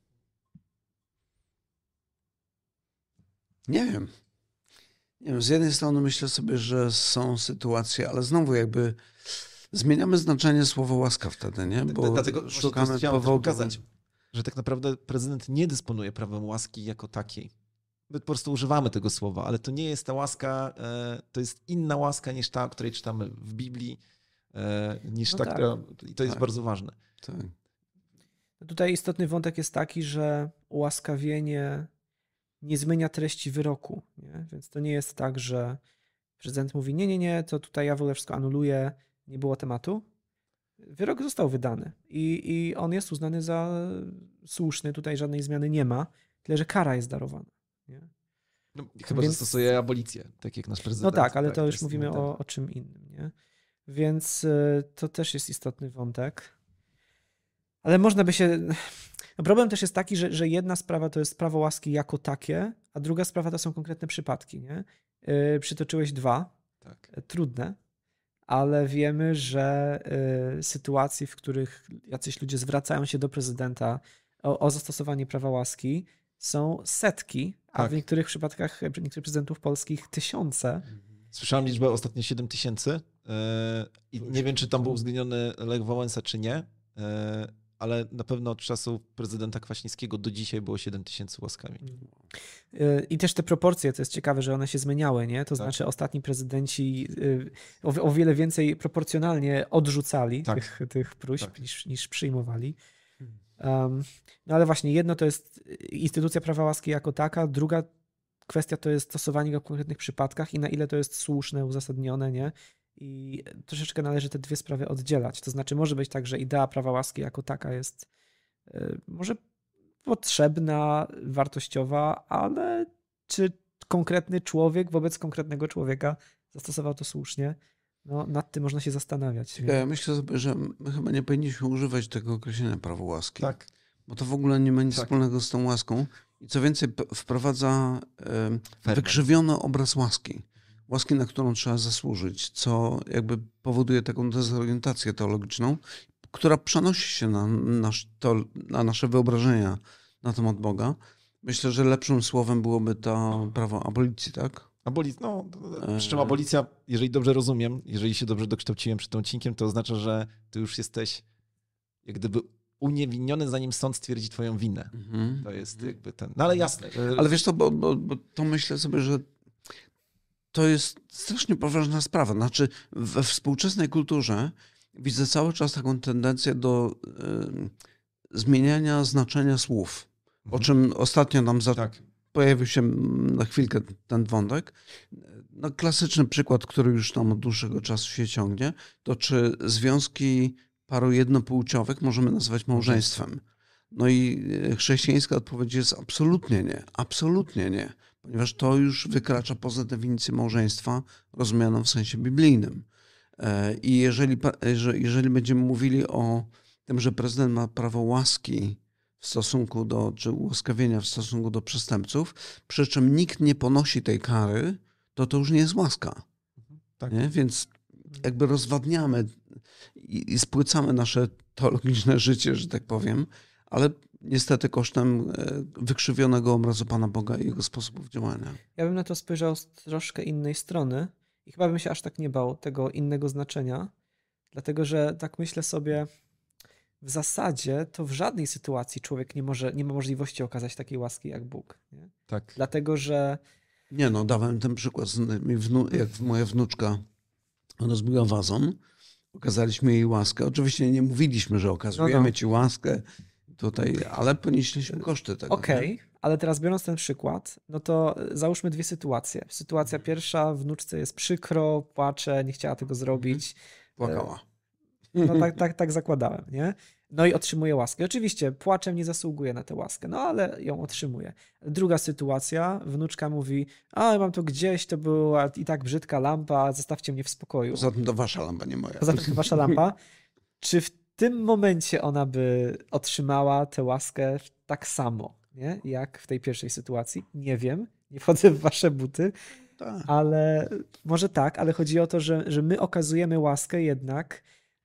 Nie wiem. Z jednej strony myślę sobie, że są sytuacje, ale znowu jakby zmieniamy znaczenie słowa łaska wtedy, nie? Bo dlatego szukamy powodu. Pokazać, że tak naprawdę prezydent nie dysponuje prawem łaski jako takiej. My po prostu używamy tego słowa, ale to nie jest ta łaska, to jest inna łaska niż ta, o której czytamy w Biblii, niż no ta, tak. która... I to jest bardzo ważne. Tak. Tutaj istotny wątek jest taki, że ułaskawienie nie zmienia treści wyroku. Nie? Więc to nie jest tak, że prezydent mówi nie, to tutaj ja w ogóle wszystko anuluję, nie było tematu. Wyrok został wydany i on jest uznany za słuszny, tutaj żadnej zmiany nie ma, tyle że kara jest darowana. Nie? No, chyba, że stosuje abolicję, tak jak nasz prezydent. No tak, ale tak, to już mówimy o czym innym. Nie? Więc to też jest istotny wątek. Ale można by się... No problem też jest taki, że jedna sprawa to jest prawo łaski jako takie, a druga sprawa to są konkretne przypadki. Nie? Przytoczyłeś 2, tak. Trudne, ale wiemy, że sytuacji, w których jacyś ludzie zwracają się do prezydenta o zastosowanie prawa łaski, są setki, a tak. w niektórych przypadkach niektórych prezydentów polskich tysiące. Słyszałem liczbę ostatnio 7 000 i nie wiem, czy tam był uwzględniony Lech Wałęsa, czy nie, ale na pewno od czasów prezydenta Kwaśniewskiego do dzisiaj było 7000 łaskawień. I też te proporcje, to jest ciekawe, że one się zmieniały, nie? To Tak. znaczy ostatni prezydenci o wiele więcej proporcjonalnie odrzucali tych próśb niż przyjmowali. No ale właśnie jedno to jest instytucja prawa łaski jako taka, druga kwestia to jest stosowanie go w konkretnych przypadkach i na ile to jest słuszne, uzasadnione, nie? I troszeczkę należy te dwie sprawy oddzielać. To znaczy może być tak, że idea prawa łaski jako taka jest może potrzebna, wartościowa, ale czy konkretny człowiek wobec konkretnego człowieka zastosował to słusznie? No, nad tym można się zastanawiać. Ja myślę sobie, że my chyba nie powinniśmy używać tego określenia prawo łaski. Tak. Bo to w ogóle nie ma nic wspólnego z tą łaską. I co więcej, wprowadza wykrzywiony obraz łaski. Łaski, na którą trzeba zasłużyć, co jakby powoduje taką dezorientację teologiczną, która przenosi się na nasze wyobrażenia na temat Boga. Myślę, że lepszym słowem byłoby to prawo abolicji, tak? Przy czym abolicja, jeżeli dobrze rozumiem, jeżeli się dobrze dokształciłem przed tym odcinkiem, to oznacza, że ty już jesteś jak gdyby uniewinniony, zanim sąd stwierdzi twoją winę. To jest jakby ten... No ale jasne. Ale wiesz co, bo to myślę sobie, że to jest strasznie poważna sprawa. Znaczy we współczesnej kulturze widzę cały czas taką tendencję do zmieniania znaczenia słów, o czym ostatnio nam pojawił się na chwilkę ten wątek. No, klasyczny przykład, który już tam od dłuższego czasu się ciągnie, to czy związki paru jednopłciowych możemy nazywać małżeństwem. No i chrześcijańska odpowiedź jest absolutnie nie. Absolutnie nie. Ponieważ to już wykracza poza definicję małżeństwa rozumianą w sensie biblijnym. I jeżeli będziemy mówili o tym, że prezydent ma prawo łaski w stosunku czy ułaskawienia w stosunku do przestępców, przy czym nikt nie ponosi tej kary, to już nie jest łaska. Tak. Nie? Więc jakby rozwadniamy i spłycamy nasze teologiczne życie, że tak powiem, ale niestety kosztem wykrzywionego obrazu Pana Boga i Jego sposobów działania. Ja bym na to spojrzał z troszkę innej strony i chyba bym się aż tak nie bał tego innego znaczenia, dlatego że tak myślę sobie, w zasadzie to w żadnej sytuacji człowiek nie ma możliwości okazać takiej łaski jak Bóg. Nie? Tak. Dlatego, że... Nie no, dałem ten przykład, jak moja wnuczka rozbiła wazon, okazaliśmy jej łaskę. Oczywiście nie mówiliśmy, że okazujemy ci łaskę tutaj, ale ponieśliśmy koszty tego. Okej, ale teraz biorąc ten przykład, no to załóżmy dwie sytuacje. Sytuacja pierwsza, wnuczce jest przykro, płacze, nie chciała tego zrobić. Płakała. No tak zakładałem, nie? No i otrzymuje łaskę. Oczywiście płaczem nie zasługuje na tę łaskę, no ale ją otrzymuje. Druga sytuacja, wnuczka mówi, mam to gdzieś, to była i tak brzydka lampa, zostawcie mnie w spokoju. Poza tym to wasza lampa, nie moja. Poza tym to wasza lampa. Czy w tym momencie ona by otrzymała tę łaskę tak samo, nie? Jak w tej pierwszej sytuacji? Nie wiem, nie wchodzę w wasze buty, ale może tak, ale chodzi o to, że my okazujemy łaskę jednak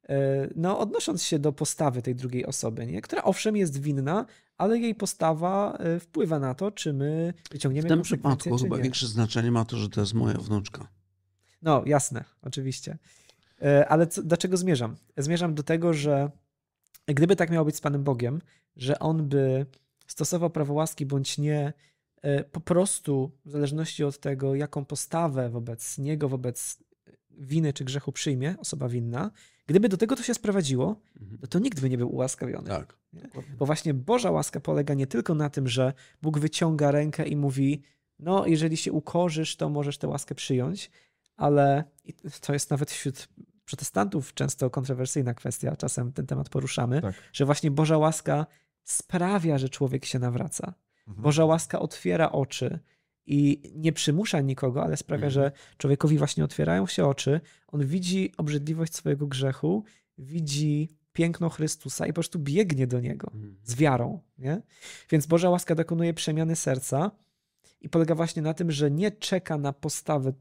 odnosząc się do postawy tej drugiej osoby, nie? Która owszem jest winna, ale jej postawa wpływa na to, czy my wyciągniemy konsekwencje, czy nie. W tym przypadku chyba większe znaczenie ma to, że to jest moja wnuczka. No jasne, oczywiście. Ale do czego zmierzam? Zmierzam do tego, że gdyby tak miało być z Panem Bogiem, że On by stosował prawo łaski bądź nie, po prostu w zależności od tego, jaką postawę wobec Niego, wobec winy czy grzechu przyjmie osoba winna, gdyby do tego to się sprowadziło, to nikt by nie był ułaskawiony. Tak. Bo właśnie Boża łaska polega nie tylko na tym, że Bóg wyciąga rękę i mówi, no jeżeli się ukorzysz, to możesz tę łaskę przyjąć, ale to jest nawet wśród protestantów często kontrowersyjna kwestia, czasem ten temat poruszamy, że właśnie Boża łaska sprawia, że człowiek się nawraca. Boża łaska otwiera oczy i nie przymusza nikogo, ale sprawia, że człowiekowi właśnie otwierają się oczy, on widzi obrzydliwość swojego grzechu, widzi piękno Chrystusa i po prostu biegnie do Niego z wiarą. Nie? Więc Boża łaska dokonuje przemiany serca i polega właśnie na tym, że nie czeka na postawę,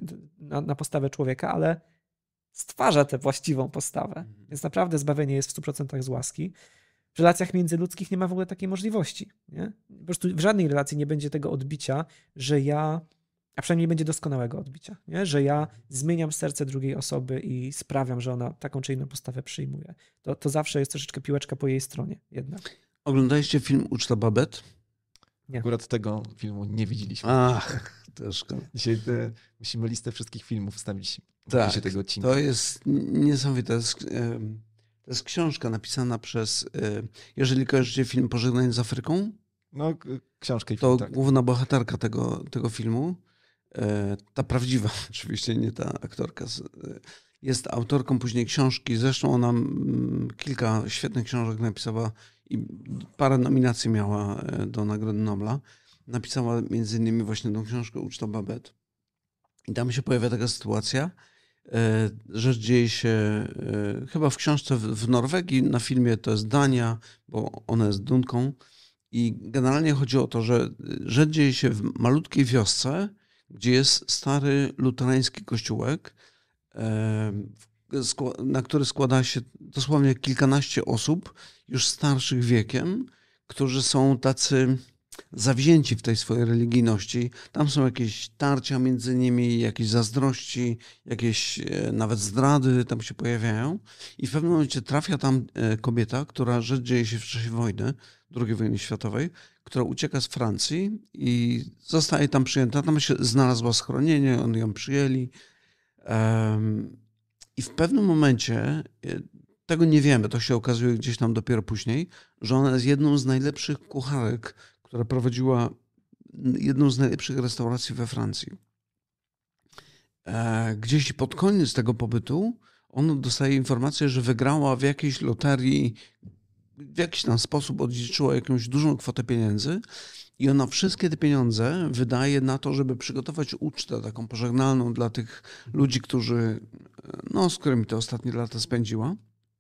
na postawę człowieka, ale stwarza tę właściwą postawę. Więc naprawdę zbawienie jest w 100% z łaski. W relacjach międzyludzkich nie ma w ogóle takiej możliwości. Nie? Po prostu w żadnej relacji nie będzie tego odbicia, że ja A przynajmniej będzie doskonałego odbicia, nie? Że ja zmieniam serce drugiej osoby i sprawiam, że ona taką czy inną postawę przyjmuje. To zawsze jest troszeczkę piłeczka po jej stronie jednak. Oglądaliście film Uczta Babet? Nie. Akurat tego filmu nie widzieliśmy. Ach, to szkoda. Dzisiaj musimy listę wszystkich filmów wstawić w Tak, opisie tego odcinka. to jest niesamowite. To jest książka napisana przez, jeżeli kojarzycie film Pożegnanie z Afryką, No, książkę i to film, tak. główna bohaterka tego filmu, ta prawdziwa, oczywiście nie ta aktorka, jest autorką później książki. Zresztą ona kilka świetnych książek napisała i parę nominacji miała do Nagrody Nobla. Napisała między innymi właśnie tą książkę Uczta Babet. I tam się pojawia taka sytuacja. Rzecz dzieje się chyba w książce w Norwegii, na filmie to jest Dania, bo ona jest Dunką. I generalnie chodzi o to, że rzecz dzieje się w malutkiej wiosce, gdzie jest stary luterański kościółek, na który składa się dosłownie kilkanaście osób, już starszych wiekiem, którzy są tacy zawzięci w tej swojej religijności. Tam są jakieś tarcia między nimi, jakieś zazdrości, jakieś nawet zdrady tam się pojawiają. I w pewnym momencie trafia tam kobieta, która rzecz dzieje się w czasie wojny, II wojny światowej, która ucieka z Francji i zostaje tam przyjęta. Tam się znalazła schronienie, oni ją przyjęli. I w pewnym momencie, tego nie wiemy, to się okazuje gdzieś tam dopiero później, że ona jest jedną z najlepszych kucharek, która prowadziła jedną z najlepszych restauracji we Francji. Gdzieś pod koniec tego pobytu ona dostaje informację, że wygrała w jakiejś loterii, w jakiś tam sposób odziedziczyła jakąś dużą kwotę pieniędzy i ona wszystkie te pieniądze wydaje na to, żeby przygotować ucztę taką pożegnalną dla tych ludzi, którzy, no, z którymi te ostatnie lata spędziła.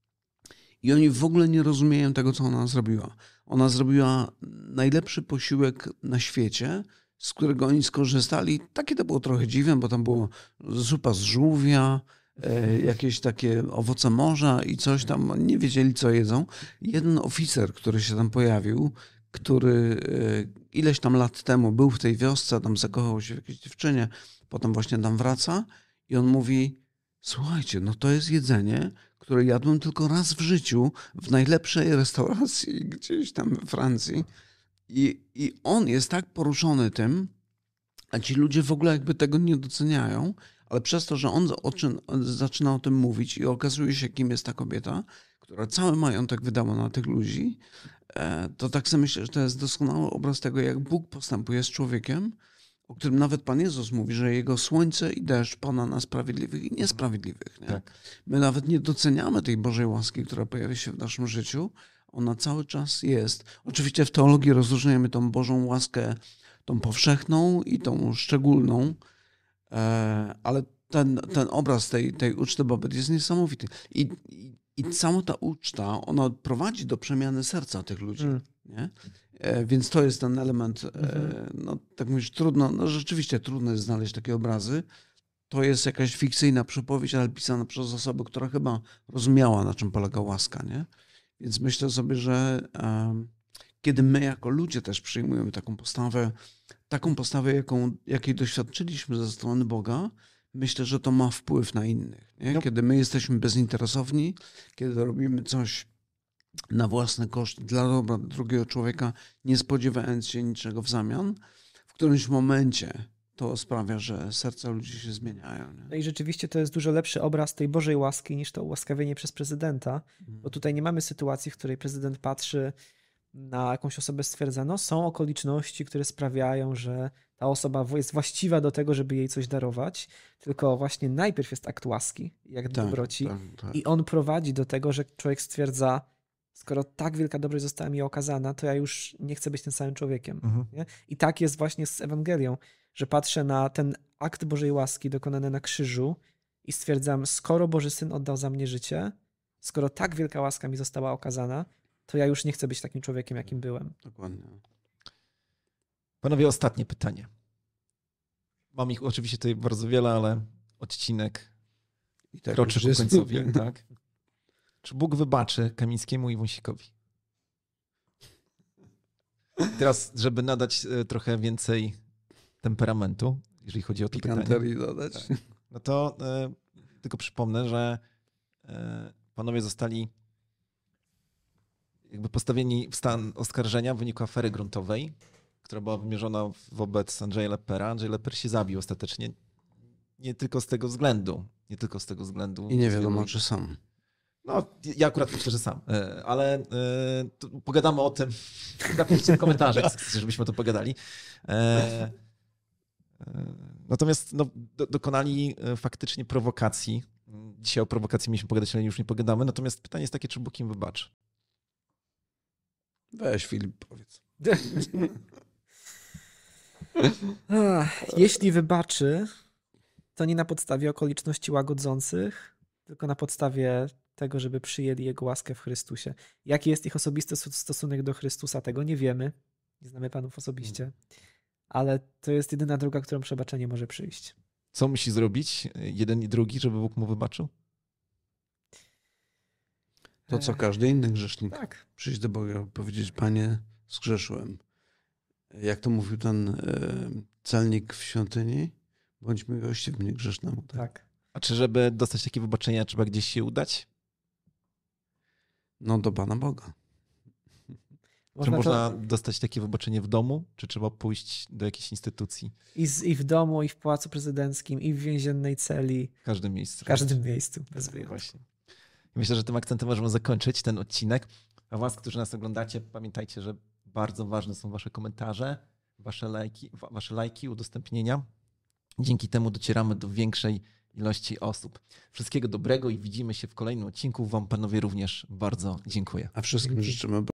I oni w ogóle nie rozumieją tego, co ona zrobiła. Ona zrobiła najlepszy posiłek na świecie, z którego oni skorzystali. Takie to było trochę dziwne, bo tam było zupa z żółwia, jakieś takie owoce morza i coś tam. Nie wiedzieli, co jedzą. Jeden oficer, który się tam pojawił, który ileś tam lat temu był w tej wiosce, tam zakochał się w jakiejś dziewczynie, potem właśnie tam wraca i on mówi: słuchajcie, no to jest jedzenie, które jadłem tylko raz w życiu w najlepszej restauracji gdzieś tam we Francji. I on jest tak poruszony tym, a ci ludzie w ogóle jakby tego nie doceniają, ale przez to, że on zaczyna o tym mówić i okazuje się, kim jest ta kobieta, która cały majątek wydała na tych ludzi, to tak sobie myślę, że to jest doskonały obraz tego, jak Bóg postępuje z człowiekiem, o którym nawet Pan Jezus mówi, że jego słońce i deszcz pada na sprawiedliwych i niesprawiedliwych. Nie? Tak. My nawet nie doceniamy tej Bożej łaski, która pojawia się w naszym życiu. Ona cały czas jest. Oczywiście w teologii rozróżniamy tą Bożą łaskę, tą powszechną i tą szczególną, ale ten obraz tej uczty Babet jest niesamowity. I cała ta uczta, ona prowadzi do przemiany serca tych ludzi. Nie? Więc to jest ten element, no tak mówisz, trudno, no rzeczywiście trudno jest znaleźć takie obrazy. To jest jakaś fikcyjna przypowieść, ale pisana przez osobę, która chyba rozumiała, na czym polega łaska, nie? Więc myślę sobie, że kiedy my jako ludzie też przyjmujemy taką postawę, jakiej doświadczyliśmy ze strony Boga, myślę, że to ma wpływ na innych. Nie? Kiedy my jesteśmy bezinteresowni, kiedy robimy coś na własny koszt dla dobra drugiego człowieka, nie spodziewając się niczego w zamian, w którymś momencie to sprawia, że serca ludzi się zmieniają. Nie? No i rzeczywiście to jest dużo lepszy obraz tej Bożej łaski niż to ułaskawienie przez prezydenta, bo tutaj nie mamy sytuacji, w której prezydent patrzy na jakąś osobę, stwierdza, no są okoliczności, które sprawiają, że ta osoba jest właściwa do tego, żeby jej coś darować, tylko właśnie najpierw jest akt łaski, jak dobroci i on prowadzi do tego, że człowiek stwierdza, skoro tak wielka dobroć została mi okazana, to ja już nie chcę być tym samym człowiekiem. Nie? I tak jest właśnie z Ewangelią, że patrzę na ten akt Bożej łaski dokonany na krzyżu i stwierdzam, skoro Boży Syn oddał za mnie życie, skoro tak wielka łaska mi została okazana, to ja już nie chcę być takim człowiekiem, jakim byłem. Dokładnie. Panowie, ostatnie pytanie. Mam ich oczywiście tutaj bardzo wiele, ale odcinek kroczy ku końcowi. Tak? Czy Bóg wybaczy Kamińskiemu i Wąsikowi? Teraz, żeby nadać trochę więcej temperamentu, jeżeli chodzi o to pytanie. Pikanterii dodać. Tak. No to tylko przypomnę, że panowie zostali jakby postawieni w stan oskarżenia w wyniku afery gruntowej, która była wymierzona wobec Andrzeja Leppera. Andrzej Lepper się zabił ostatecznie. Nie tylko z tego względu. I nie wiadomo, czy sam. No, ja akurat myślę, że sam. Ale pogadamy o tym. Napiszcie w komentarzach, żebyśmy to pogadali. Natomiast no, dokonali faktycznie prowokacji. Dzisiaj o prowokacji mieliśmy pogadać, ale już nie pogadamy. Natomiast pytanie jest takie, czy Bóg im wybaczy. Weź, Filip, powiedz. Jeśli wybaczy, to nie na podstawie okoliczności łagodzących, tylko na podstawie tego, żeby przyjęli Jego łaskę w Chrystusie. Jaki jest ich osobisty stosunek do Chrystusa, tego nie wiemy. Nie znamy panów osobiście. Ale to jest jedyna droga, którą przebaczenie może przyjść. Co musi zrobić jeden i drugi, żeby Bóg mu wybaczył? To, co każdy inny grzesznik. Tak. Przyjść do Boga, powiedzieć: Panie, zgrzeszyłem. Jak to mówił ten celnik w świątyni? Bądź miłościwy grzesznemu. Tak. A czy żeby dostać takie wybaczenie, trzeba gdzieś się udać? No do Pana Boga. Czy można dostać takie wybaczenie w domu, czy trzeba pójść do jakiejś instytucji? I w domu, i w Pałacu Prezydenckim, i w więziennej celi. W każdym miejscu. W każdym miejscu, bez wyjątku. Właśnie. Myślę, że tym akcentem możemy zakończyć ten odcinek. A was, którzy nas oglądacie, pamiętajcie, że bardzo ważne są wasze komentarze, wasze lajki, udostępnienia. Dzięki temu docieramy do większej ilości osób. Wszystkiego dobrego i widzimy się w kolejnym odcinku. Wam, panowie, również bardzo dziękuję. A wszystkim życzymy